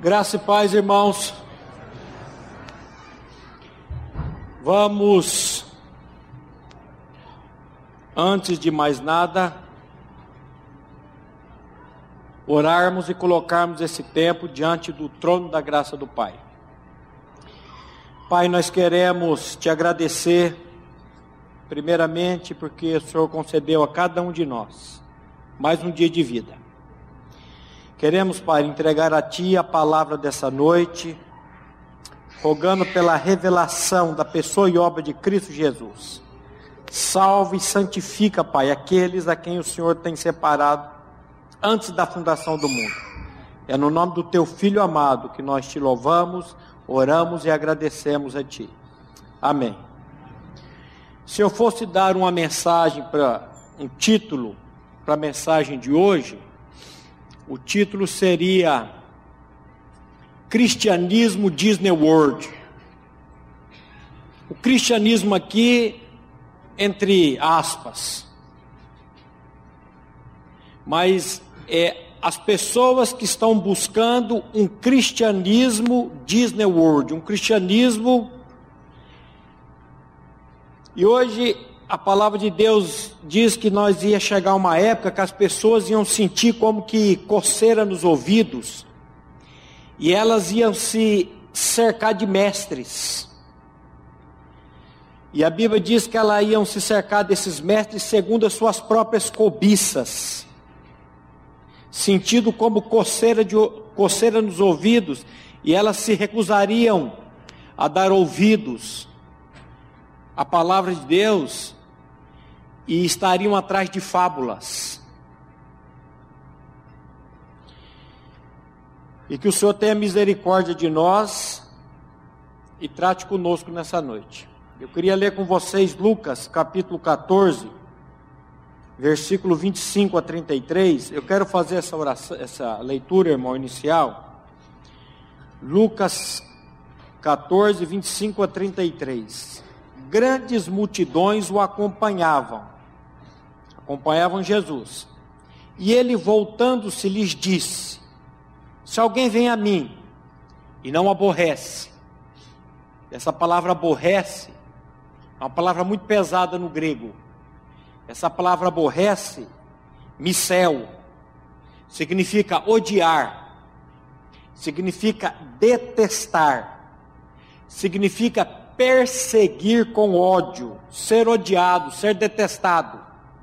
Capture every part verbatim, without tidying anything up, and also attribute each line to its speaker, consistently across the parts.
Speaker 1: Graça e paz, irmãos. Vamos, antes de mais nada, orarmos e colocarmos esse tempo diante do trono da graça do Pai. Pai, nós queremos te agradecer, primeiramente, porque o Senhor concedeu a cada um de nós mais um dia de vida. Queremos, Pai, entregar a Ti a palavra dessa noite, rogando pela revelação da pessoa e obra de Cristo Jesus. Salve e santifica, Pai, aqueles a quem o Senhor tem separado antes da fundação do mundo. É no nome do Teu Filho amado que nós Te louvamos, oramos e agradecemos a Ti. Amém. Se eu fosse dar uma mensagem, para um título para a mensagem de hoje, o título seria Cristianismo Disney World. O cristianismo aqui, entre aspas. Mas é as pessoas que estão buscando um cristianismo Disney World, um cristianismo. E hoje a palavra de Deus diz que nós ia chegar uma época que as pessoas iam sentir como que coceira nos ouvidos, e elas iam se cercar de mestres. E a Bíblia diz que elas iam se cercar desses mestres segundo as suas próprias cobiças, sentido como coceira, de, coceira nos ouvidos, e elas se recusariam a dar ouvidos à palavra de Deus e estariam atrás de fábulas. E que o Senhor tenha misericórdia de nós e trate conosco nessa noite. Eu queria ler com vocês Lucas capítulo catorze, versículo vinte e cinco a trinta e três. Eu quero fazer essa, oração, essa leitura, irmão, inicial. Lucas catorze, vinte e cinco a trinta e três. Grandes multidões o acompanhavam, acompanhavam Jesus. E ele, voltando-se, lhes disse: se alguém vem a mim e não aborrece. Essa palavra aborrece é uma palavra muito pesada no grego. Essa palavra aborrece, misel, significa odiar, significa detestar, significa perseguir com ódio, ser odiado, ser detestado.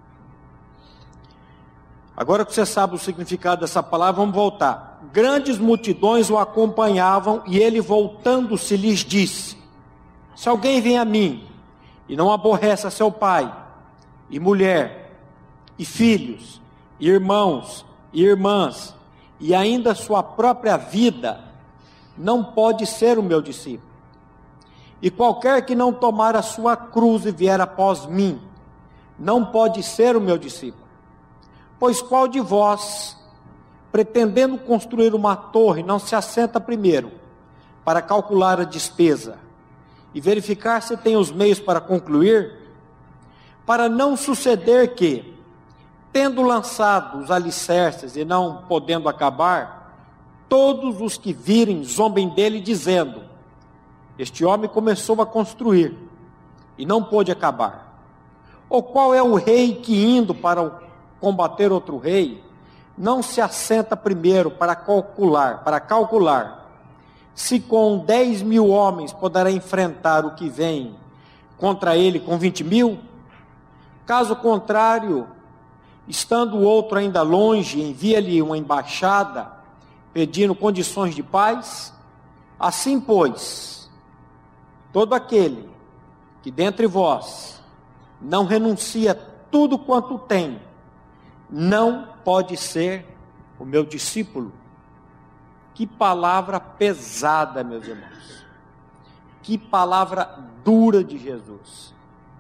Speaker 1: Agora que você sabe o significado dessa palavra, vamos voltar. Grandes multidões o acompanhavam, e ele, voltando-se, lhes disse: se alguém vem a mim e não aborrece a seu pai, e mulher, e filhos, e irmãos, e irmãs, e ainda sua própria vida, não pode ser o meu discípulo. E qualquer que não tomar a sua cruz e vier após mim, não pode ser o meu discípulo. Pois qual de vós, pretendendo construir uma torre, não se assenta primeiro para calcular a despesa e verificar se tem os meios para concluir? Para não suceder que, tendo lançado os alicerces e não podendo acabar, todos os que virem zombem dele, dizendo: este homem começou a construir e não pôde acabar. Ou qual é o rei que, indo para combater outro rei, não se assenta primeiro para calcular, para calcular se com dez mil homens poderá enfrentar o que vem contra ele com vinte mil? Caso contrário, estando o outro ainda longe, envia-lhe uma embaixada pedindo condições de paz. Assim, pois, todo aquele que dentre vós não renuncia tudo quanto tem, não pode ser o meu discípulo. Que palavra pesada, meus irmãos. Que palavra dura de Jesus.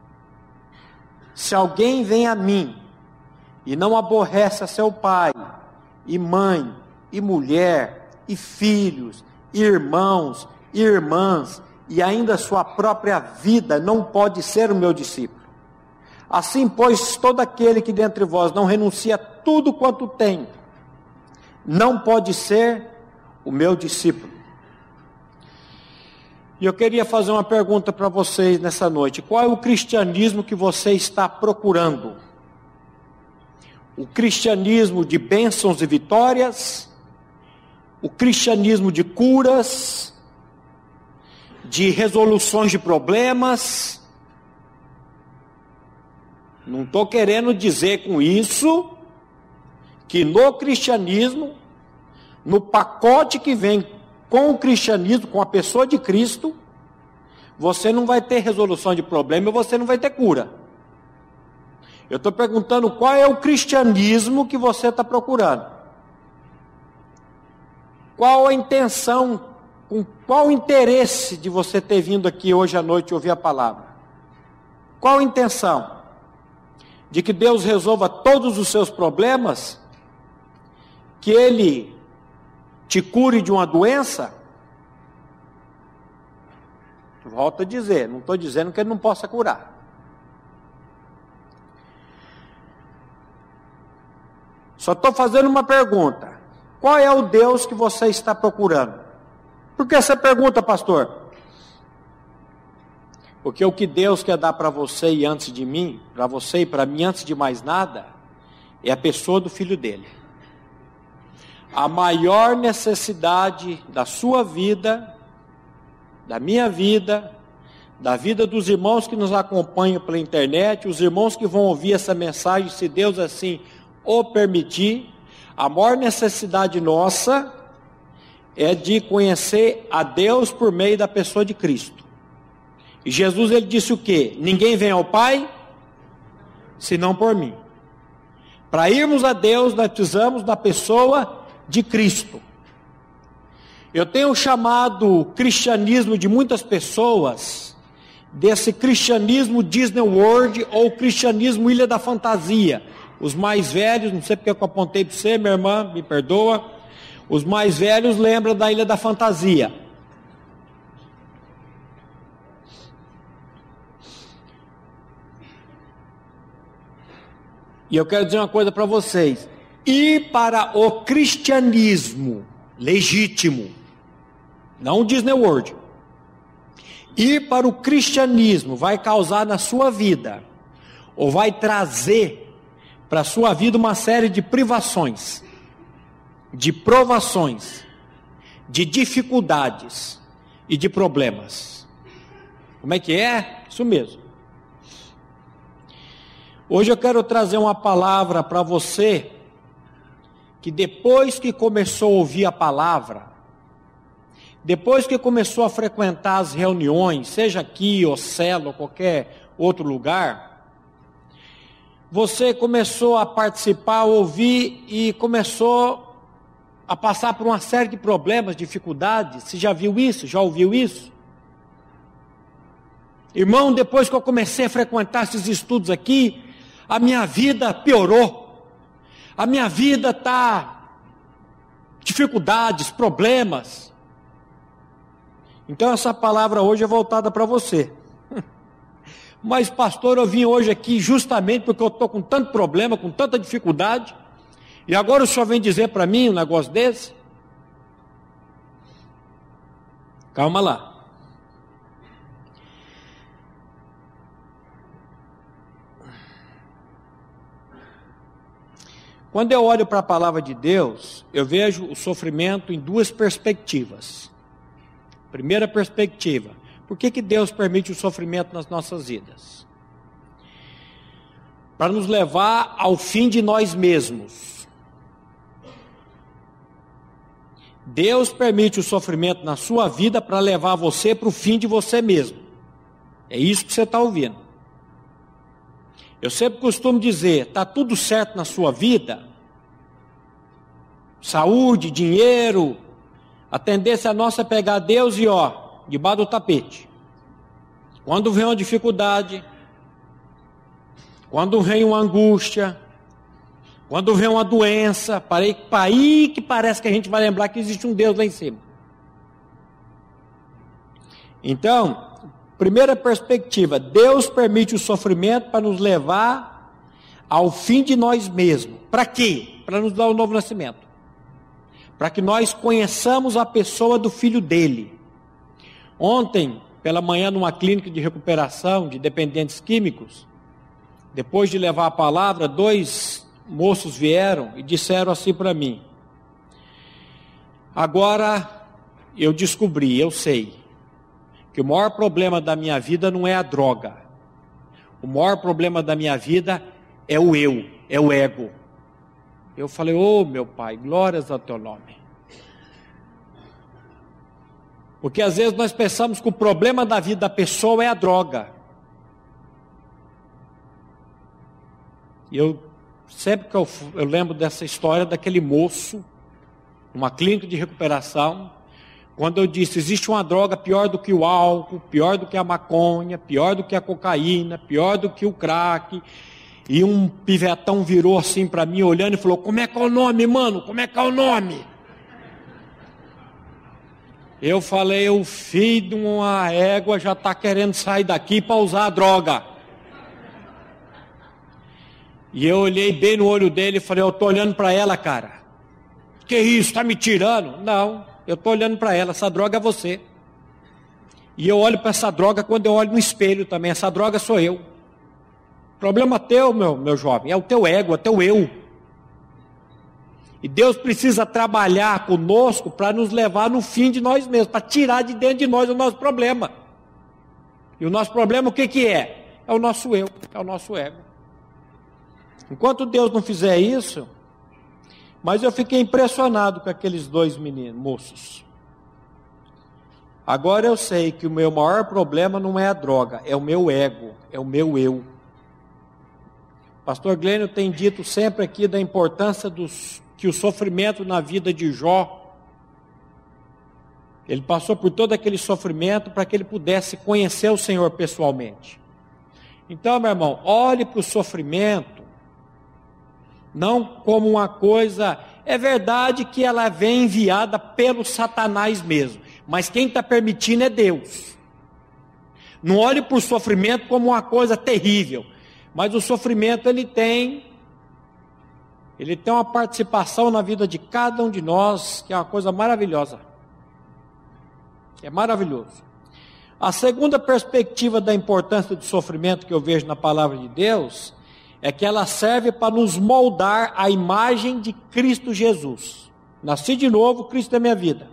Speaker 1: Se alguém vem a mim e não aborrece a seu pai, e mãe, e mulher, e filhos, e irmãos, e irmãs, e ainda sua própria vida, não pode ser o meu discípulo. Assim, pois, todo aquele que dentre vós não renuncia tudo quanto tem, não pode ser o meu discípulo. E eu queria fazer uma pergunta para vocês nessa noite. Qual é o cristianismo que você está procurando? O cristianismo de bênçãos e vitórias? O cristianismo de curas? De resoluções de problemas? Não estou querendo dizer com isso que no cristianismo, no pacote que vem com o cristianismo, com a pessoa de Cristo, você não vai ter resolução de problema e você não vai ter cura. Eu estou perguntando qual é o cristianismo que você está procurando. Qual a intenção, com qual o interesse de você ter vindo aqui hoje à noite ouvir a palavra? Qual a intenção? De que Deus resolva todos os seus problemas? Que Ele te cure de uma doença? Volto a dizer, não estou dizendo que Ele não possa curar. Só estou fazendo uma pergunta. Qual é o Deus que você está procurando? Por que essa pergunta, pastor? Porque o que Deus quer dar para você e antes de mim, para você e para mim, antes de mais nada, é a pessoa do Filho dele. A maior necessidade da sua vida, da minha vida, da vida dos irmãos que nos acompanham pela internet, os irmãos que vão ouvir essa mensagem, se Deus assim o permitir, a maior necessidade nossa é de conhecer a Deus por meio da pessoa de Cristo. E Jesus, ele disse o quê? Ninguém vem ao Pai, senão por mim. Para irmos a Deus, nós precisamos da pessoa de Cristo. Eu tenho chamado o cristianismo de muitas pessoas, desse cristianismo Disney World, ou cristianismo Ilha da Fantasia. Os mais velhos, não sei porque eu apontei para você, minha irmã, me perdoa. Os mais velhos lembram da Ilha da Fantasia. E eu quero dizer uma coisa para vocês. Ir para o cristianismo legítimo, não o Disney World. Ir para o cristianismo vai causar na sua vida, ou vai trazer para a sua vida uma série de privações, de provações, de dificuldades e de problemas. Como é que é? Isso mesmo. Hoje eu quero trazer uma palavra para você, que depois que começou a ouvir a palavra, depois que começou a frequentar as reuniões, seja aqui, ou célula, ou qualquer outro lugar, você começou a participar, a ouvir e começou a passar por uma série de problemas, dificuldades. Você já viu isso? Já ouviu isso? Irmão, depois que eu comecei a frequentar esses estudos aqui, a minha vida piorou. A minha vida está dificuldades, problemas. Então essa palavra hoje é voltada para você. Mas pastor, eu vim hoje aqui justamente porque eu estou com tanto problema, com tanta dificuldade, e agora o senhor vem dizer para mim um negócio desse? Calma lá. Quando eu olho para a palavra de Deus, eu vejo o sofrimento em duas perspectivas. Primeira perspectiva, por que que Deus permite o sofrimento nas nossas vidas? Para nos levar ao fim de nós mesmos. Deus permite o sofrimento na sua vida para levar você para o fim de você mesmo. É isso que você está ouvindo. Eu sempre costumo dizer, está tudo certo na sua vida, saúde, dinheiro, a tendência nossa é pegar Deus e ó, debaixo do tapete. Quando vem uma dificuldade, quando vem uma angústia, quando vem uma doença, para aí que parece que a gente vai lembrar que existe um Deus lá em cima. Então, primeira perspectiva, Deus permite o sofrimento para nos levar ao fim de nós mesmos. Para quê? Para nos dar um novo nascimento. para que nós conheçamos a pessoa do filho dele. Ontem, pela manhã, numa clínica de recuperação de dependentes químicos, depois de levar a palavra, dois moços vieram e disseram assim para mim: agora eu descobri, eu sei, que o maior problema da minha vida não é a droga. O maior problema da minha vida é o eu, é o ego. Eu falei: ô meu Pai, glórias ao teu nome. Porque às vezes nós pensamos que o problema da vida da pessoa é a droga. E eu, sempre que eu, eu lembro dessa história daquele moço, numa clínica de recuperação, quando eu disse: existe uma droga pior do que o álcool, pior do que a maconha, pior do que a cocaína, pior do que o crack. E um pivetão virou assim para mim, olhando e falou: como é que é o nome, mano? Como é que é o nome? Eu falei: o filho de uma égua já está querendo sair daqui para usar a droga. E eu olhei bem no olho dele e falei: eu estou olhando para ela, cara. Que isso, está me tirando? Não, eu estou olhando para ela, essa droga é você. E eu olho para essa droga quando eu olho no espelho também, essa droga sou eu. Problema teu, meu, meu jovem, é o teu ego, é o teu eu. E Deus precisa trabalhar conosco para nos levar no fim de nós mesmos, para tirar de dentro de nós o nosso problema. E o nosso problema o que que é? É o nosso eu, é o nosso ego. Enquanto Deus não fizer isso, mas eu fiquei impressionado com aqueles dois meninos, moços. Agora eu sei que o meu maior problema não é a droga, é o meu ego, é o meu eu. Pastor Glênio tem dito sempre aqui da importância dos, que o sofrimento na vida de Jó, ele passou por todo aquele sofrimento para que ele pudesse conhecer o Senhor pessoalmente. Então, meu irmão, olhe para o sofrimento não como uma coisa, é verdade que ela vem enviada pelo Satanás mesmo, mas quem está permitindo é Deus. Não olhe para o sofrimento como uma coisa terrível, mas o sofrimento ele tem, ele tem uma participação na vida de cada um de nós, que é uma coisa maravilhosa. É maravilhoso. A segunda perspectiva da importância do sofrimento que eu vejo na palavra de Deus, é que ela serve para nos moldar a imagem de Cristo Jesus. Nasci de novo, Cristo é minha vida.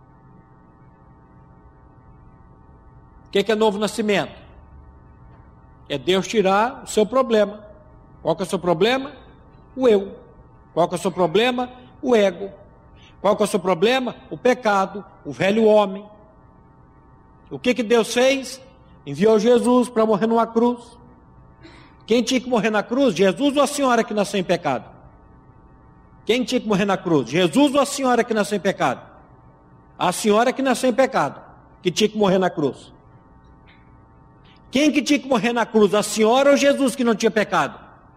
Speaker 1: O que é novo nascimento? É Deus tirar o seu problema. Qual que é o seu problema? O eu. Qual que é o seu problema? O ego. Qual que é o seu problema? O pecado, o velho homem. O que que Deus fez? Enviou Jesus para morrer numa cruz. Quem tinha que morrer na cruz? Jesus ou a senhora que nasceu em pecado? Quem tinha que morrer na cruz? Jesus ou a senhora que nasceu em pecado? A senhora que nasceu em pecado, que tinha que morrer na cruz. Quem que tinha que morrer na cruz? A senhora ou Jesus que não tinha pecado?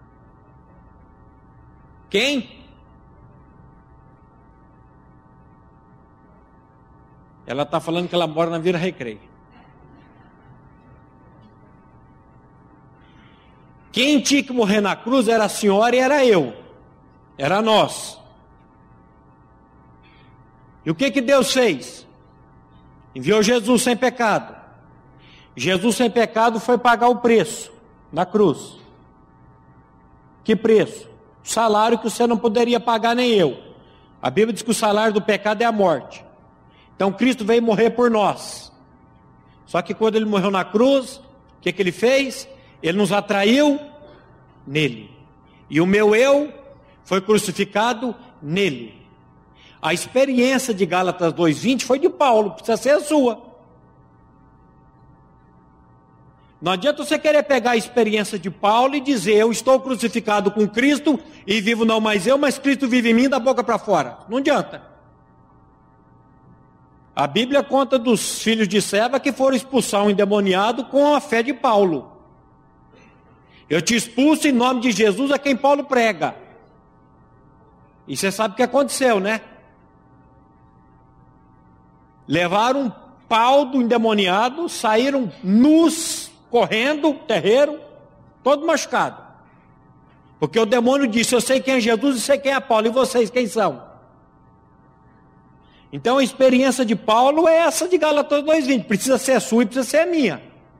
Speaker 1: Quem? Ela está falando que ela mora na Vila Recreio. Quem tinha que morrer na cruz era a senhora e era eu. Era nós. E o que que Deus fez? Enviou Jesus sem pecado. Jesus sem pecado foi pagar o preço na cruz. Que preço? O salário que você não poderia pagar nem eu. A Bíblia diz que o salário do pecado é a morte. Então Cristo veio morrer por nós. Só que quando ele morreu na cruz, o que que ele fez? Ele nos atraiu nele. E o meu eu foi crucificado nele. A experiência de Gálatas dois, vinte foi de Paulo, precisa ser a sua. Não adianta você querer pegar a experiência de Paulo e dizer: eu estou crucificado com Cristo e vivo não mais eu, mas Cristo vive em mim da boca para fora. Não adianta. A Bíblia conta dos filhos de Seva que foram expulsar um endemoniado com a fé de Paulo. Eu te expulso em nome de Jesus a quem Paulo prega. E você sabe o que aconteceu, né? Levaram um pau do endemoniado, saíram nus, correndo, terreiro, todo machucado. Porque o demônio disse: eu sei quem é Jesus e sei quem é Paulo, e vocês quem são? Então a experiência de Paulo é essa de Gálatas dois vinte, precisa ser sua e precisa ser minha.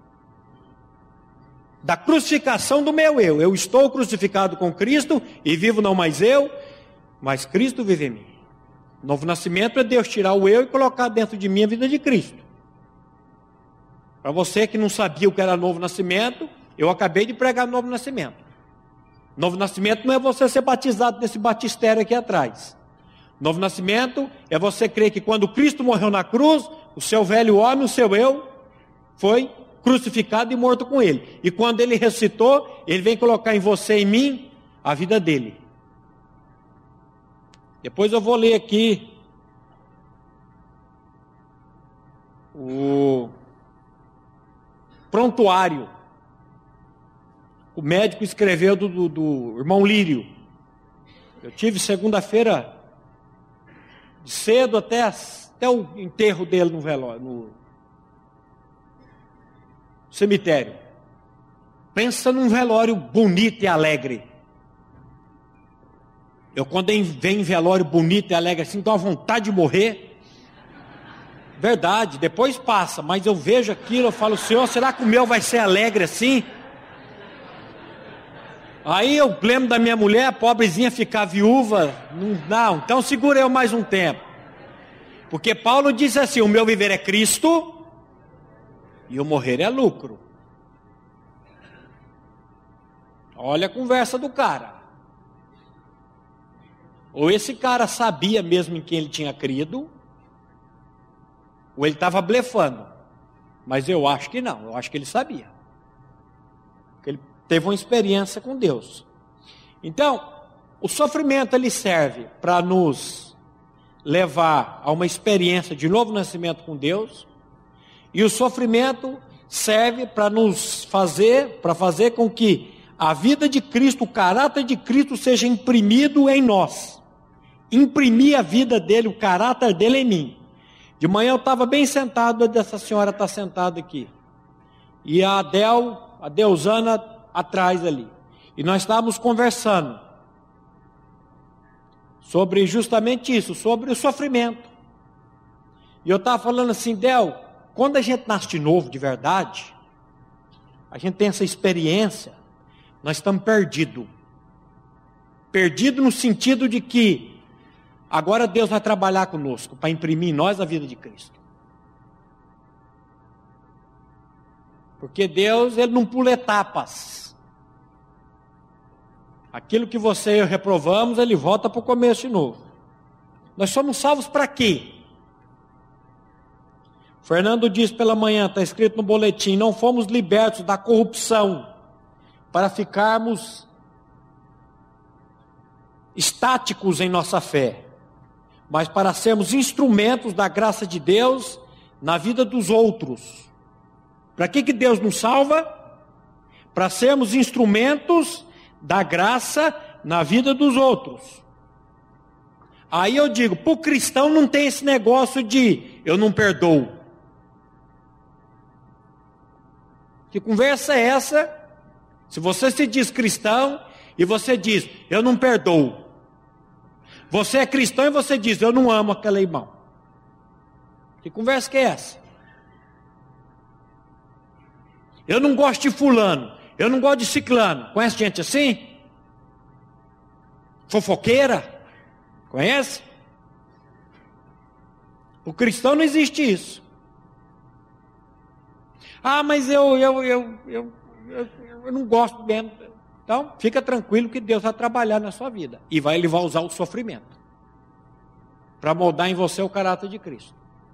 Speaker 1: Da crucificação do meu eu. Eu estou crucificado com Cristo e vivo não mais eu, mas Cristo vive em mim. Novo nascimento é Deus tirar o eu e colocar dentro de mim a vida de Cristo. Para você que não sabia o que era novo nascimento, eu acabei de pregar novo nascimento. Novo nascimento não é você ser batizado nesse batistério aqui atrás. Novo nascimento é você crer que quando Cristo morreu na cruz, o seu velho homem, o seu eu, foi crucificado e morto com ele. E quando ele ressuscitou, ele vem colocar em você e em mim a vida dele. Depois eu vou ler aqui o prontuário. O médico escreveu do, do, do irmão Lírio. Eu tive segunda-feira cedo até, até o enterro dele no velório, no cemitério. Pensa num velório bonito e alegre. Eu quando venho em velório bonito e alegre assim, dou uma vontade de morrer. Verdade, depois passa, mas eu vejo aquilo, eu falo, Senhor, será que o meu vai ser alegre assim? Aí eu lembro da minha mulher, a pobrezinha, ficar viúva. Não, não, então segura eu mais um tempo. Porque Paulo disse assim, o meu viver é Cristo e o morrer é lucro. Olha a conversa do cara. Ou esse cara sabia mesmo em quem ele tinha crido, ou ele estava blefando. Mas eu acho que não, eu acho que ele sabia. Porque ele teve uma experiência com Deus. Então, o sofrimento ele serve para nos levar a uma experiência de novo nascimento com Deus, e o sofrimento serve para nos fazer, para fazer com que a vida de Cristo, o caráter de Cristo seja imprimido em nós. Imprimir a vida dele, o caráter dele em mim. De manhã eu estava bem sentado, dessa senhora está sentada aqui. E a Adel, a Deusana atrás ali. E nós estávamos conversando sobre justamente isso, sobre o sofrimento. E eu estava falando assim, Del, quando a gente nasce de novo, de verdade, a gente tem essa experiência, nós estamos perdidos. Perdidos no sentido de que agora Deus vai trabalhar conosco para imprimir em nós a vida de Cristo. Porque Deus, Ele não pula etapas. Aquilo que você e eu reprovamos, Ele volta para o começo de novo. Nós somos salvos para quê? Fernando diz pela manhã, está escrito no boletim, não fomos libertos da corrupção para ficarmos estáticos em nossa fé, mas para sermos instrumentos da graça de Deus na vida dos outros. Para que que Deus nos salva? Para sermos instrumentos da graça na vida dos outros. Aí eu digo, para o cristão não tem esse negócio de eu não perdoo. Que conversa é essa? Se você se diz cristão e você diz, eu não perdoo. Você é cristão e você diz, eu não amo aquele irmão. Que conversa que é essa? Eu não gosto de fulano, eu não gosto de ciclano. Conhece gente assim? Fofoqueira? Conhece? O cristão não existe isso. Ah, mas eu, eu, eu, eu, eu, eu não gosto mesmo. Então, fica tranquilo que Deus vai trabalhar na sua vida. E vai, Ele vai usar o sofrimento para moldar em você o caráter de Cristo.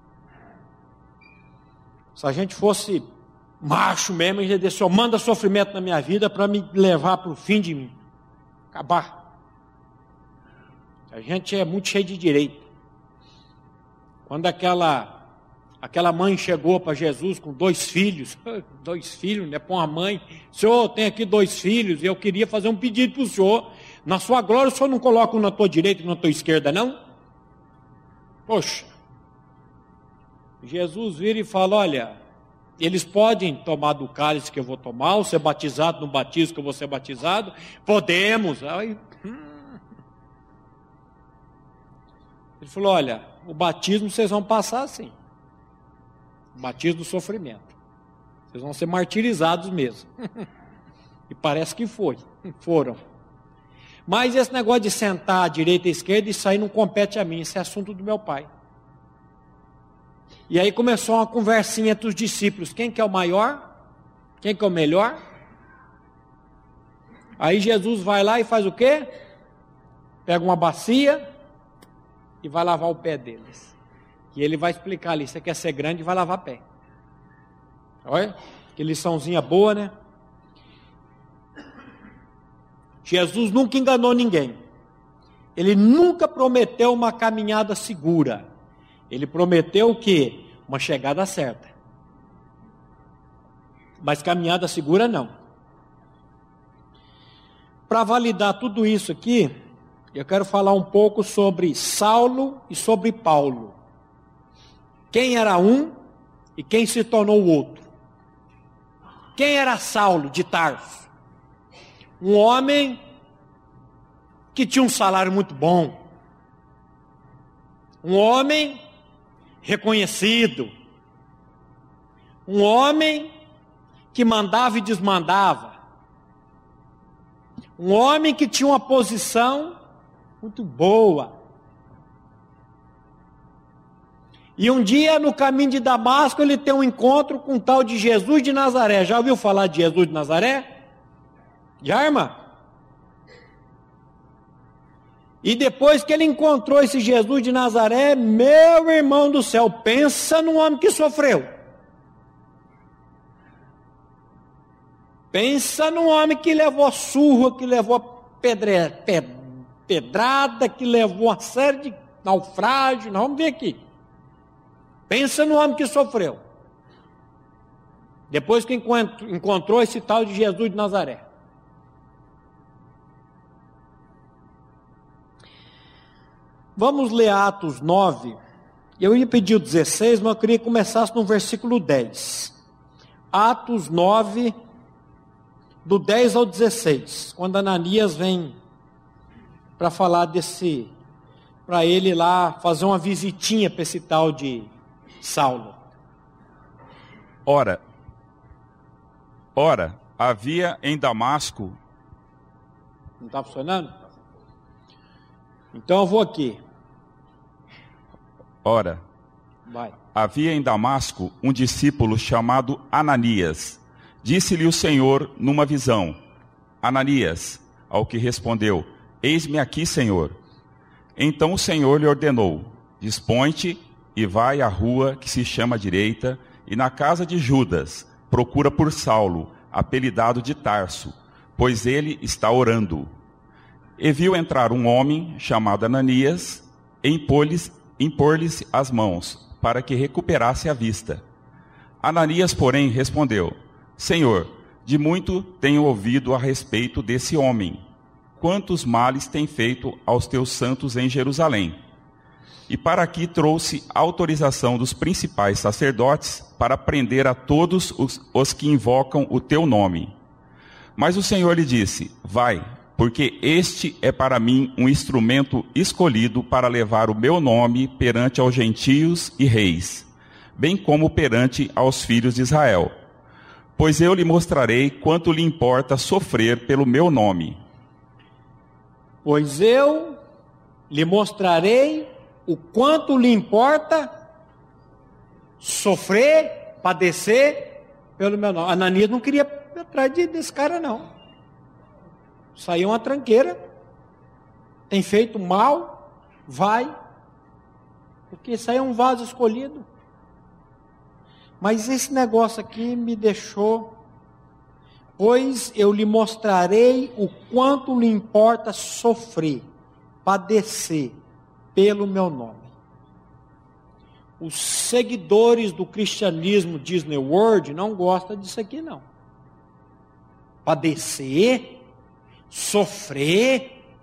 Speaker 1: Se a gente fosse macho mesmo, a gente ia dizer, só manda sofrimento na minha vida para me levar para o fim de mim. Acabar. A gente é muito cheio de direito. Quando aquela... Aquela mãe chegou para Jesus com dois filhos, dois filhos, né, para uma mãe, Senhor, tem aqui dois filhos, e eu queria fazer um pedido para o Senhor, na sua glória o Senhor não coloca um na tua direita e um na tua esquerda, não? Poxa, Jesus vira e fala, olha, eles podem tomar do cálice que eu vou tomar, ou ser batizado no batismo que eu vou ser batizado, podemos, aí... Ele falou, olha, o batismo vocês vão passar assim. O batismo do sofrimento. Vocês vão ser martirizados mesmo. E parece que foi, foram. Mas esse negócio de sentar à direita e à esquerda, isso aí não compete a mim, isso é assunto do meu pai. E aí começou uma conversinha entre os discípulos, quem que é o maior? Quem que é o melhor? Aí Jesus vai lá e faz o quê? Pega uma bacia e vai lavar o pé deles. E ele vai explicar ali, você quer ser grande, vai lavar pé. Olha, que liçãozinha boa, né? Jesus nunca enganou ninguém. Ele nunca prometeu uma caminhada segura. Ele prometeu o quê? Uma chegada certa. Mas caminhada segura não. Para validar tudo isso aqui, eu quero falar um pouco sobre Saulo e sobre Paulo. Quem era um e quem se tornou o outro. Quem era Saulo de Tarso? Um homem que tinha um salário muito bom. Um homem reconhecido. Um homem que mandava e desmandava. Um homem que tinha uma posição muito boa. E um dia, no caminho de Damasco, ele tem um encontro com um tal de Jesus de Nazaré. Já ouviu falar de Jesus de Nazaré? Já, irmã? E depois que ele encontrou esse Jesus de Nazaré, meu irmão do céu, pensa num homem que sofreu. Pensa num homem que levou surra, que levou pedre, ped, pedrada, que levou uma série de naufrágios. Nós vamos ver aqui. Pensa no homem que sofreu. Depois que encontrou esse tal de Jesus de Nazaré. Vamos ler Atos nove. Eu ia pedir o dezesseis, mas eu queria que começasse no versículo dez. Atos nove, do dez ao dezesseis. Quando Ananias vem para falar desse, para ele lá fazer uma visitinha para esse tal de Saulo.
Speaker 2: Ora, ora, havia em Damasco...
Speaker 1: Não está funcionando? Então eu vou aqui.
Speaker 2: Ora,
Speaker 1: vai.
Speaker 2: Havia em Damasco um discípulo chamado Ananias. Disse-lhe o Senhor numa visão: Ananias, ao que respondeu: Eis-me aqui, Senhor. Então o Senhor lhe ordenou: Dispõe-te e vai à rua que se chama Direita, e na casa de Judas procura por Saulo, apelidado de Tarso, pois ele está orando. E viu entrar um homem chamado Ananias, e impor-lhes impor-lhes as mãos, para que recuperasse a vista. Ananias, porém, respondeu: Senhor, de muito tenho ouvido a respeito desse homem. Quantos males tem feito aos teus santos em Jerusalém? E para aqui trouxe autorização dos principais sacerdotes para prender a todos os, os que invocam o teu nome. Mas o Senhor lhe disse: Vai, porque este é para mim um instrumento escolhido para levar o meu nome perante aos gentios e reis, bem como perante aos filhos de Israel. Pois eu lhe mostrarei quanto lhe importa sofrer pelo meu nome.
Speaker 1: Pois eu lhe mostrarei o quanto lhe importa sofrer, padecer pelo meu nome. Ananias não queria ir atrás desse cara, não. Saiu uma tranqueira, tem feito mal, vai, porque isso aí é um vaso escolhido. Mas esse negócio aqui me deixou, pois eu lhe mostrarei o quanto lhe importa sofrer, padecer pelo meu nome. Os seguidores do cristianismo Disney World não gostam disso aqui, não. Padecer, sofrer,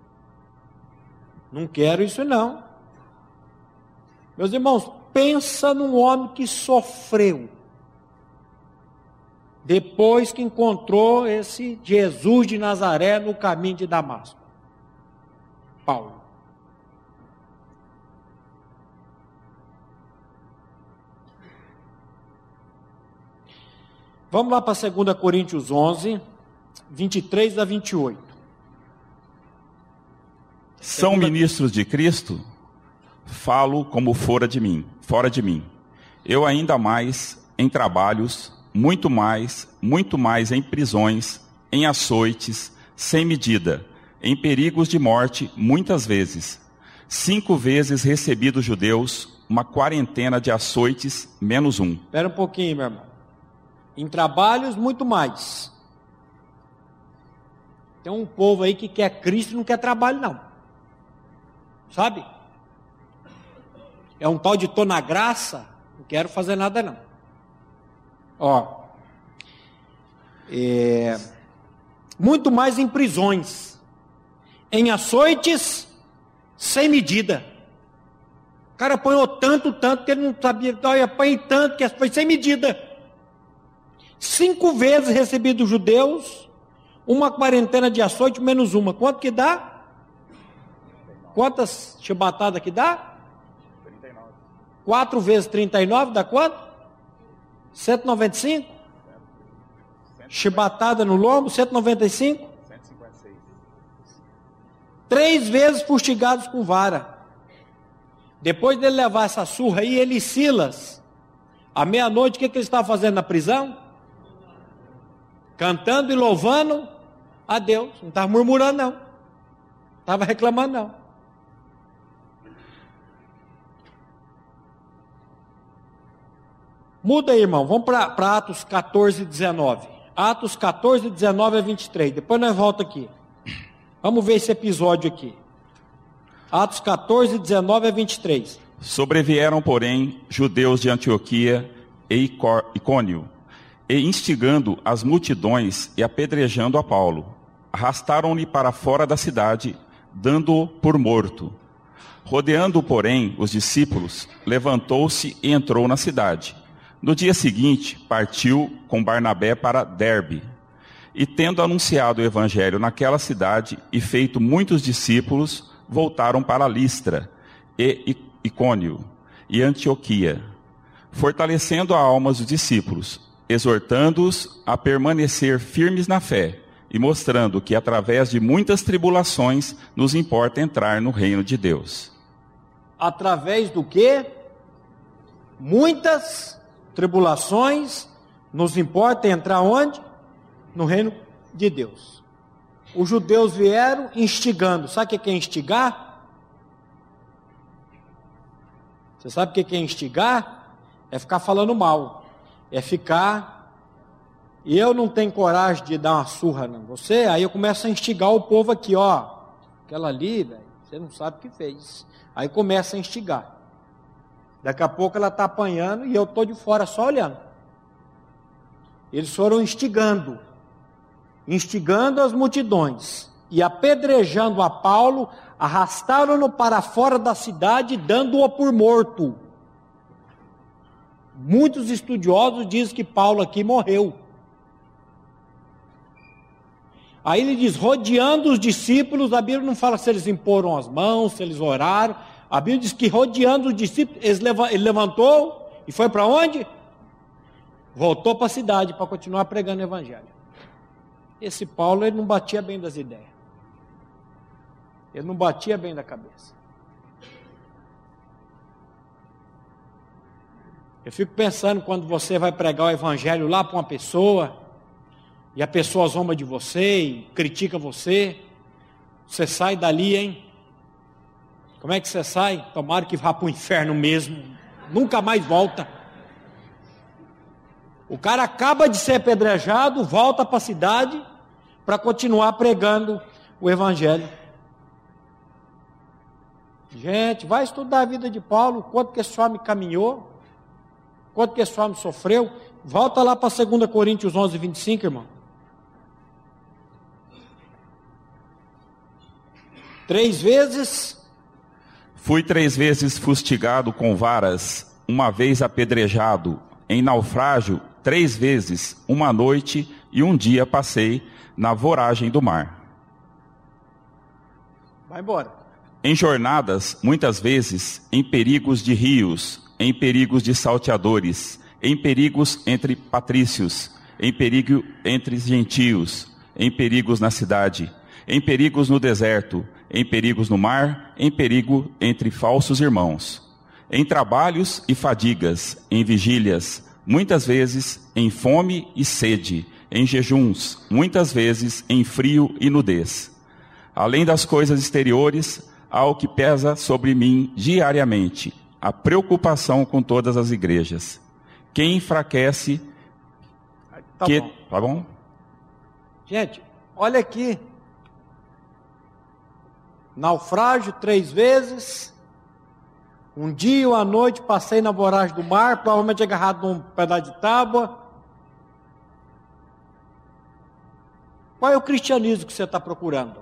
Speaker 1: não quero isso não. Meus irmãos, pensa num homem que sofreu depois que encontrou esse Jesus de Nazaré no caminho de Damasco. Paulo. Vamos lá para dois Coríntios onze, vinte e três a vinte e oito.
Speaker 2: São ministros de Cristo? Falo como fora de mim, fora de mim. Eu ainda mais em trabalhos, muito mais, muito mais em prisões, em açoites, sem medida, em perigos de morte, muitas vezes. Cinco vezes recebi dos judeus uma quarentena de açoites, menos um.
Speaker 1: Espera um pouquinho, meu irmão. Em trabalhos, muito mais. Tem um povo aí que quer Cristo e não quer trabalho, não. Sabe? É um tal de tô na graça, não quero fazer nada, não. Ó. É, muito mais em prisões. Em açoites, sem medida. O cara apanhou tanto, tanto, que ele não sabia. Eu apanhei tanto, que foi sem medida. Cinco vezes recebi dos judeus uma quarentena de açoite menos uma. Quanto que dá? Quantas chibatadas que dá?
Speaker 2: trinta e nove.
Speaker 1: Quatro vezes trinta e nove dá quanto? cento e noventa e cinco? Chibatada no lombo, cento e noventa e cinco?
Speaker 2: cento e cinquenta e seis.
Speaker 1: Três vezes fustigados com vara. Depois dele levar essa surra aí, ele e Silas, à meia-noite, o que, que ele estava fazendo na prisão? Cantando e louvando a Deus. Não estava murmurando, não. Estava reclamando, não. Muda aí, irmão. Vamos para Atos catorze, dezenove. Atos catorze, dezenove a vinte e três. Depois nós voltamos aqui. Vamos ver esse episódio aqui. Atos catorze, dezenove a vinte e três.
Speaker 2: Sobrevieram, porém, judeus de Antioquia e Icônio, e instigando as multidões e apedrejando a Paulo, arrastaram-no para fora da cidade, dando-o por morto. Rodeando, porém, os discípulos, levantou-se e entrou na cidade. No dia seguinte, partiu com Barnabé para Derbe. E tendo anunciado o evangelho naquela cidade e feito muitos discípulos, voltaram para Listra e Icônio e Antioquia, fortalecendo a alma dos discípulos, exortando-os a permanecer firmes na fé e mostrando que através de muitas tribulações nos importa entrar no reino de Deus.
Speaker 1: Através do quê? Muitas tribulações nos importa entrar onde? No reino de Deus. Os judeus vieram instigando. Sabe o que é instigar? Você sabe o que é instigar? É ficar falando mal. É ficar... E eu não tenho coragem de dar uma surra em você, aí eu começo a instigar o povo aqui, ó. Aquela ali, velho, você não sabe o que fez. Aí começa a instigar. Daqui a pouco ela está apanhando e eu estou de fora só olhando. Eles foram instigando. Instigando as multidões. E apedrejando a Paulo, arrastaram-no para fora da cidade, dando-o por morto. Muitos estudiosos dizem que Paulo aqui morreu. Aí ele diz, rodeando os discípulos, a Bíblia não fala se eles imporam as mãos, se eles oraram. A Bíblia diz que rodeando os discípulos, ele levantou e foi para onde? Voltou para a cidade para continuar pregando o evangelho. Esse Paulo, ele não batia bem das ideias. Ele não batia bem da cabeça. Eu fico pensando quando você vai pregar o evangelho lá para uma pessoa, e a pessoa zomba de você e critica você, você sai dali, hein? Como é que você sai? Tomara que vá para o inferno mesmo, nunca mais volta. O cara acaba de ser apedrejado, volta para a cidade para continuar pregando o evangelho. Gente, vai estudar a vida de Paulo, quanto que esse homem caminhou, quanto que esse homem sofreu. Volta lá para dois Coríntios onze, vinte e cinco, irmão. Três vezes...
Speaker 2: Fui três vezes fustigado com varas, uma vez apedrejado, em naufrágio, três vezes, uma noite e um dia passei na voragem do mar.
Speaker 1: Vai embora.
Speaker 2: Em jornadas, muitas vezes, em perigos de rios, em perigos de salteadores, em perigos entre patrícios, em perigo entre gentios, em perigos na cidade, em perigos no deserto, em perigos no mar, em perigo entre falsos irmãos, em trabalhos e fadigas, em vigílias, muitas vezes em fome e sede, em jejuns, muitas vezes em frio e nudez. Além das coisas exteriores, há o que pesa sobre mim diariamente, a preocupação com todas as igrejas. Quem enfraquece...
Speaker 1: Tá
Speaker 2: que...
Speaker 1: bom.
Speaker 2: Tá bom?
Speaker 1: Gente, olha aqui. Naufrágio três vezes. Um dia ou à noite passei na voragem do mar, provavelmente agarrado num pedaço de tábua. Qual é o cristianismo que você está procurando?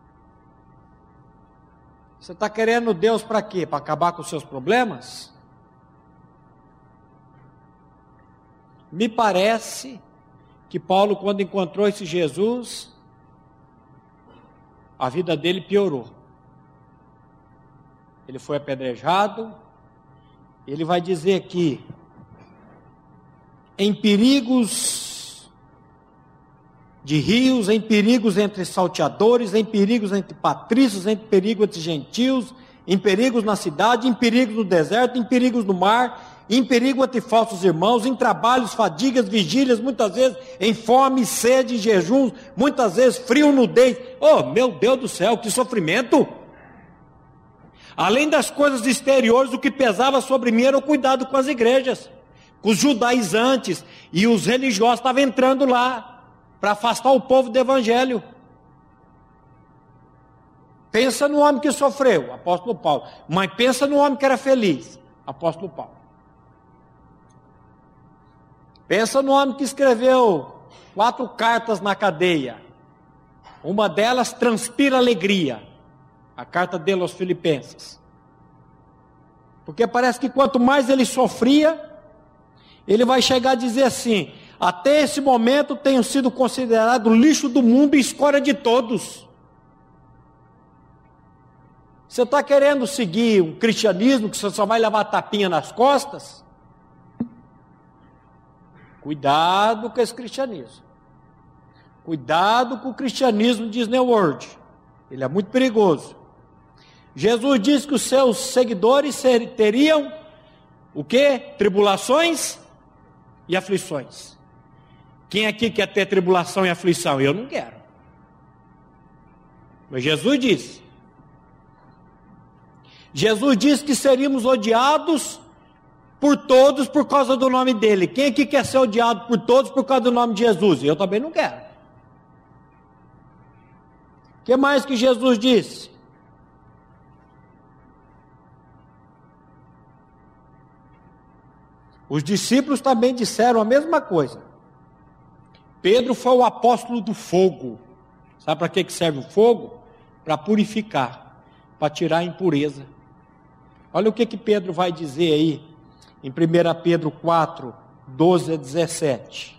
Speaker 1: Você está querendo Deus para quê? Para acabar com os seus problemas? Me parece que Paulo, quando encontrou esse Jesus, a vida dele piorou. Ele foi apedrejado. Ele vai dizer aqui, em perigos de rios, em perigos entre salteadores, em perigos entre patrícios, em perigos entre gentios, em perigos na cidade, em perigos no deserto, em perigos no mar, em perigo entre falsos irmãos, em trabalhos, fadigas, vigílias, muitas vezes em fome, sede, jejuns, muitas vezes frio, nudez. Oh, meu Deus do céu, que sofrimento! Além das coisas exteriores, o que pesava sobre mim era o cuidado com as igrejas, com os judaizantes, e os religiosos estavam entrando lá, para afastar o povo do evangelho. Pensa no homem que sofreu, apóstolo Paulo, mas pensa no homem que era feliz, apóstolo Paulo. Pensa no homem que escreveu quatro cartas na cadeia, uma delas transpira alegria, a carta dele aos Filipenses, porque parece que quanto mais ele sofria, ele vai chegar a dizer assim: até esse momento tenho sido considerado lixo do mundo e escória de todos. Você está querendo seguir um cristianismo que você só vai levar tapinha nas costas? Cuidado com esse cristianismo. Cuidado com o cristianismo Disney World. Ele é muito perigoso. Jesus disse que os seus seguidores teriam o quê? Tribulações e aflições. Quem aqui quer ter tribulação e aflição? Eu não quero. Mas Jesus disse. Jesus disse que seríamos odiados por todos por causa do nome dele. Quem aqui quer ser odiado por todos por causa do nome de Jesus? Eu também não quero. O que mais que Jesus disse? Os discípulos também disseram a mesma coisa. Pedro foi o apóstolo do fogo. Sabe para que serve o fogo? Para purificar, para tirar a impureza. Olha o que que Pedro vai dizer aí, em primeira Pedro quatro, doze a dezessete.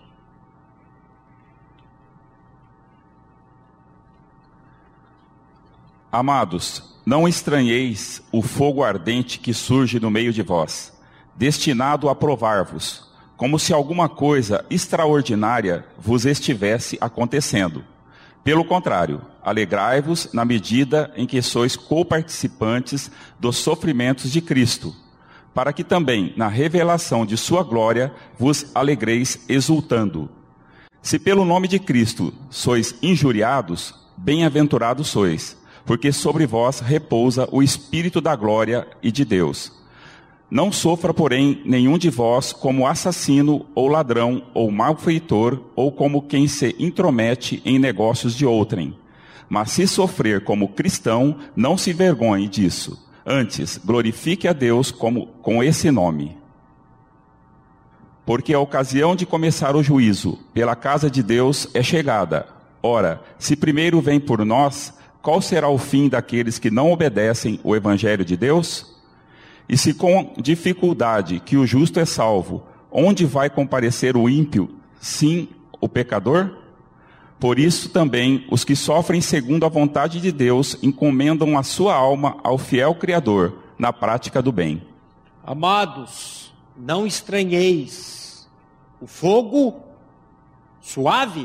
Speaker 2: Amados, não estranheis o fogo ardente que surge no meio de vós, destinado a provar-vos, como se alguma coisa extraordinária vos estivesse acontecendo. Pelo contrário, alegrai-vos na medida em que sois coparticipantes dos sofrimentos de Cristo, para que também, na revelação de sua glória, vos alegreis exultando. Se pelo nome de Cristo sois injuriados, bem-aventurados sois, porque sobre vós repousa o Espírito da glória e de Deus. Não sofra, porém, nenhum de vós como assassino, ou ladrão, ou malfeitor, ou como quem se intromete em negócios de outrem. Mas se sofrer como cristão, não se envergonhe disso. Antes, glorifique a Deus como, com esse nome. Porque a ocasião de começar o juízo pela casa de Deus é chegada. Ora, se primeiro vem por nós, qual será o fim daqueles que não obedecem o evangelho de Deus? E se com dificuldade que o justo é salvo, onde vai comparecer o ímpio, sim, o pecador? Por isso também os que sofrem segundo a vontade de Deus encomendam a sua alma ao fiel Criador, na prática do bem.
Speaker 1: Amados, não estranheis o fogo suave,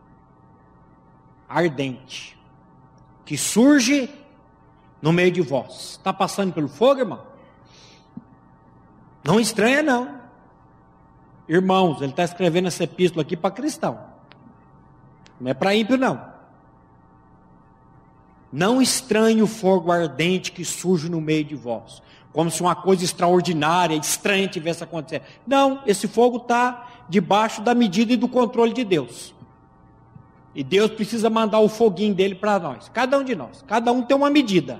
Speaker 1: ardente, que surge no meio de vós. Está passando pelo fogo, irmão? Não estranha, não. Irmãos, ele está escrevendo essa epístola aqui para cristão. Não é para ímpio, não. Não estranhe o fogo ardente que surge no meio de vós, como se uma coisa extraordinária, estranha tivesse acontecendo. Não, esse fogo está debaixo da medida e do controle de Deus. E Deus precisa mandar o foguinho dele para nós, cada um de nós. Cada um tem uma medida.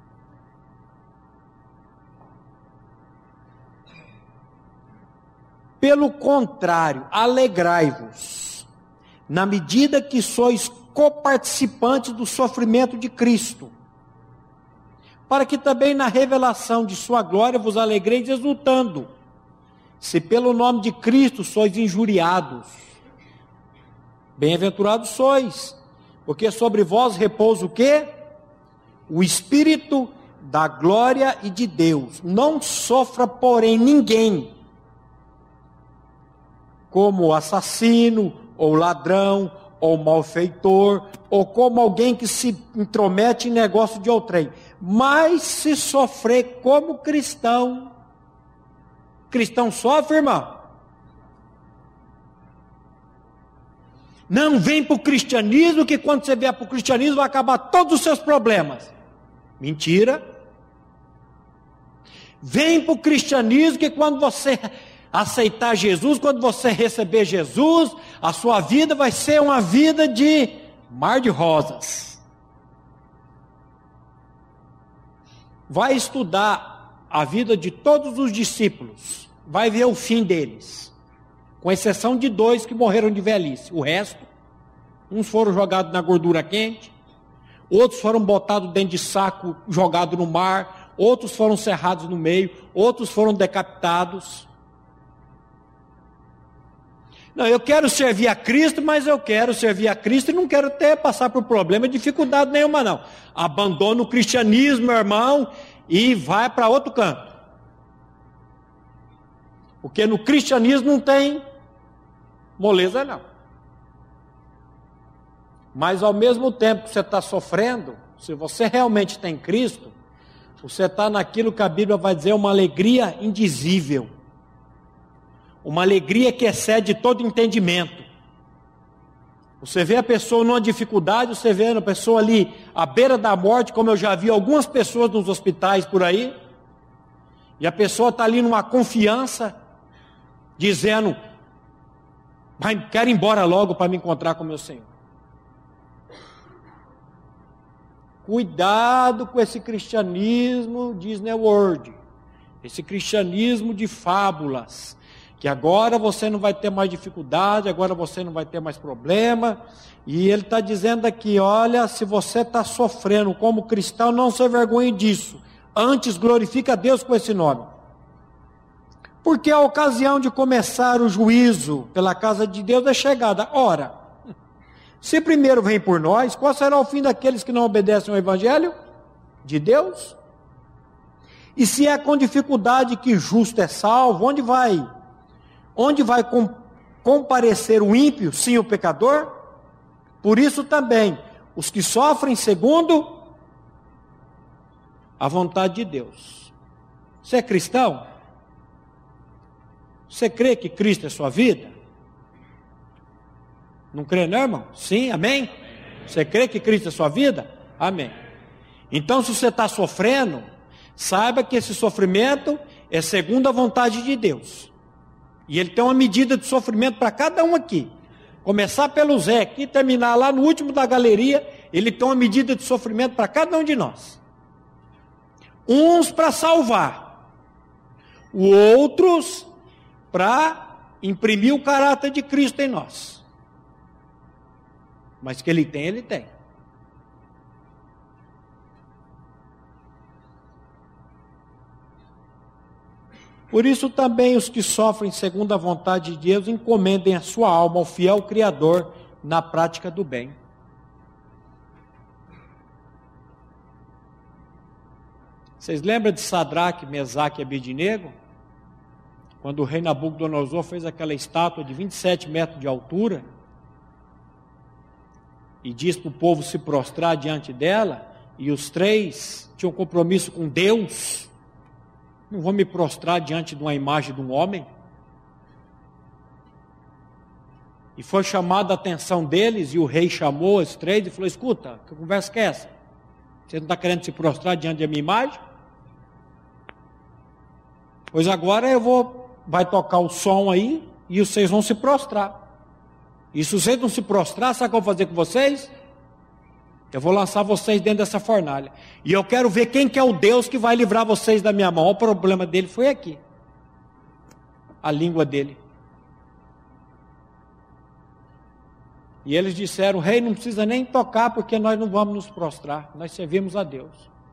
Speaker 1: Pelo contrário, alegrai-vos, na medida que sois coparticipantes do sofrimento de Cristo, para que também na revelação de sua glória vos alegreis exultando, se pelo nome de Cristo sois injuriados. Bem-aventurados sois, porque sobre vós repousa o quê? O Espírito da glória e de Deus. Não sofra, porém, ninguém como assassino, ou ladrão, ou malfeitor, ou como alguém que se intromete em negócio de outrem. Mas se sofrer como cristão, cristão sofre, irmão? Não vem para o cristianismo, que quando você vier para o cristianismo vai acabar todos os seus problemas. Mentira. Vem para o cristianismo, que quando você aceitar Jesus, quando você receber Jesus, a sua vida vai ser uma vida de mar de rosas. Vai estudar a vida de todos os discípulos, vai ver o fim deles, com exceção de dois que morreram de velhice. O resto, uns foram jogados na gordura quente, outros foram botados dentro de saco, jogados no mar, outros foram cerrados no meio, outros foram decapitados. Não, eu quero servir a Cristo, mas eu quero servir a Cristo e não quero ter, passar por problema e dificuldade nenhuma, não. Abandona o cristianismo, meu irmão, e vai para outro canto. Porque no cristianismo não tem moleza, não. Mas ao mesmo tempo que você está sofrendo, se você realmente tem Cristo, você está naquilo que a Bíblia vai dizer, uma alegria indizível. Uma alegria que excede todo entendimento. Você vê a pessoa numa dificuldade, você vê a pessoa ali à beira da morte, como eu já vi algumas pessoas nos hospitais por aí, e a pessoa está ali numa confiança, dizendo, quero ir embora logo para me encontrar com meu Senhor. Cuidado com esse cristianismo Disney World, esse cristianismo de fábulas, que agora você não vai ter mais dificuldade, agora você não vai ter mais problema. E ele está dizendo aqui, olha, se você está sofrendo como cristão, não se envergonhe disso, antes glorifica a Deus com esse nome. Porque a ocasião de começar o juízo pela casa de Deus é chegada. Ora, se primeiro vem por nós, qual será o fim daqueles que não obedecem ao Evangelho de Deus? E se é com dificuldade que justo é salvo, onde vai? Onde vai com, comparecer o ímpio, sim, o pecador? Por isso também, os que sofrem segundo a vontade de Deus. Você é cristão? Você crê que Cristo é sua vida? Não crê não, irmão? Sim, amém? Você crê que Cristo é sua vida? Amém. Então, se você está sofrendo, saiba que esse sofrimento é segundo a vontade de Deus. E ele tem uma medida de sofrimento para cada um aqui. Começar pelo Zé aqui, terminar lá no último da galeria, ele tem uma medida de sofrimento para cada um de nós. Uns para salvar, outros para imprimir o caráter de Cristo em nós. Mas que ele tem, ele tem. Por isso também os que sofrem segundo a vontade de Deus encomendem a sua alma ao fiel Criador na prática do bem. Vocês lembram de Sadraque, Mesaque e Abednego? Quando o rei Nabucodonosor fez aquela estátua de vinte e sete metros de altura, e disse para o povo se prostrar diante dela, e os três tinham compromisso com Deus, não vou me prostrar diante de uma imagem de um homem. E foi chamada a atenção deles, e o rei chamou os três e falou: escuta, que conversa que é essa? Você não está querendo se prostrar diante da minha imagem? Pois agora eu vou, vai tocar o som aí, e vocês vão se prostrar. E se vocês não se prostrar, sabe o que eu vou fazer com vocês? Eu vou lançar vocês dentro dessa fornalha. E eu quero ver quem que é o Deus que vai livrar vocês da minha mão. O problema dele foi aqui. A língua dele. E eles disseram: o rei não precisa nem tocar, porque nós não vamos nos prostrar. Nós servimos a Deus.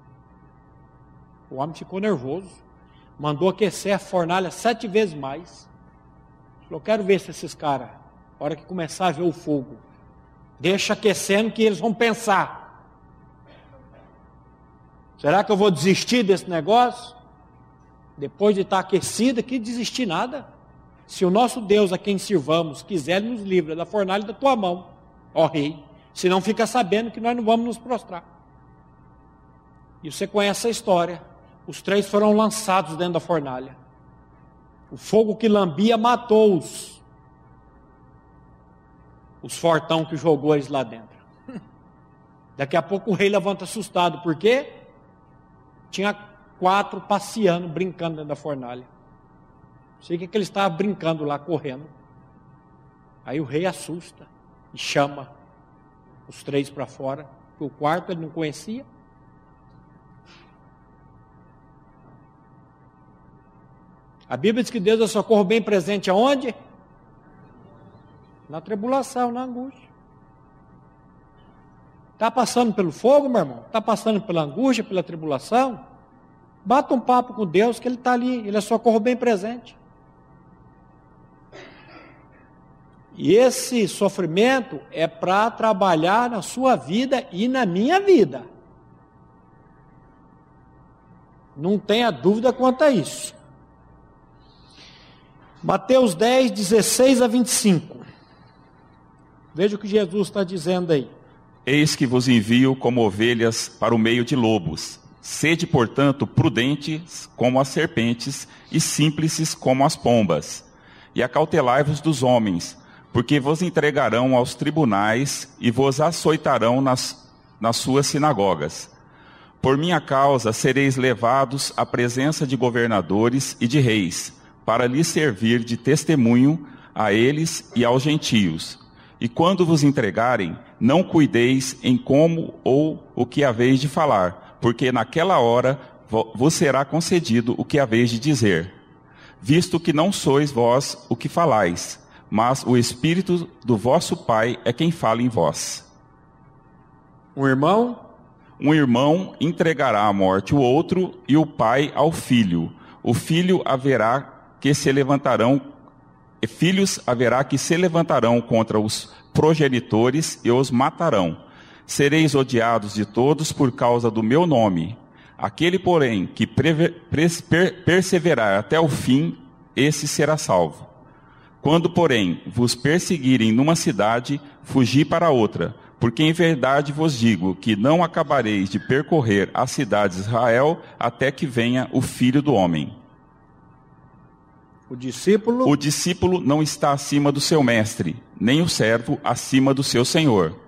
Speaker 1: O homem ficou nervoso. Mandou aquecer a fornalha sete vezes mais. Falou: eu quero ver se esses caras, na hora que começar a ver o fogo, deixa aquecendo, que eles vão pensar: será que eu vou desistir desse negócio? Depois de estar aquecido, que desistir nada. Se o nosso Deus, a quem sirvamos, quiser, Ele nos livra da fornalha da tua mão, ó rei. Senão fica sabendo que nós não vamos nos prostrar. E você conhece a história. Os três foram lançados dentro da fornalha. O fogo que lambia matou-os. Os fortão que jogou eles lá dentro. Daqui a pouco o rei levanta assustado. Por quê? Tinha quatro passeando, brincando dentro da fornalha. Sei que eles estavam brincando lá, correndo. Aí o rei assusta e chama os três para fora. O quarto ele não conhecia. A Bíblia diz que Deus é socorro bem presente aonde? Na tribulação, na angústia. Está passando pelo fogo, meu irmão? Está passando pela angústia, pela tribulação? Bata um papo com Deus, que Ele está ali. Ele é socorro bem presente. E esse sofrimento é para trabalhar na sua vida e na minha vida. Não tenha dúvida quanto a isso. Mateus dez, dezesseis a vinte e cinco. Veja o que Jesus está dizendo aí.
Speaker 2: Eis que vos envio como ovelhas para o meio de lobos. Sede, portanto, prudentes como as serpentes e simples como as pombas. E acautelai-vos dos homens, porque vos entregarão aos tribunais e vos açoitarão nas, nas suas sinagogas. Por minha causa sereis levados à presença de governadores e de reis, para lhes servir de testemunho a eles e aos gentios. E quando vos entregarem, não cuideis em como ou o que haveis de falar, porque naquela hora vos será concedido o que haveis de dizer. Visto que não sois vós o que falais, mas o Espírito do vosso Pai é quem fala em vós.
Speaker 1: Um irmão?
Speaker 2: Um irmão entregará à morte o outro, e o pai ao filho. O filho haverá que se levantarão, filhos haverá que se levantarão contra os progenitores e os matarão. Sereis odiados de todos por causa do meu nome. Aquele, porém, que prever, per, perseverar até o fim, esse será salvo. Quando, porém, vos perseguirem numa cidade, fugi para outra, porque em verdade vos digo que não acabareis de percorrer as cidades de Israel até que venha o Filho do Homem.
Speaker 1: O discípulo...
Speaker 2: O discípulo não está acima do seu mestre, nem o servo acima do seu senhor.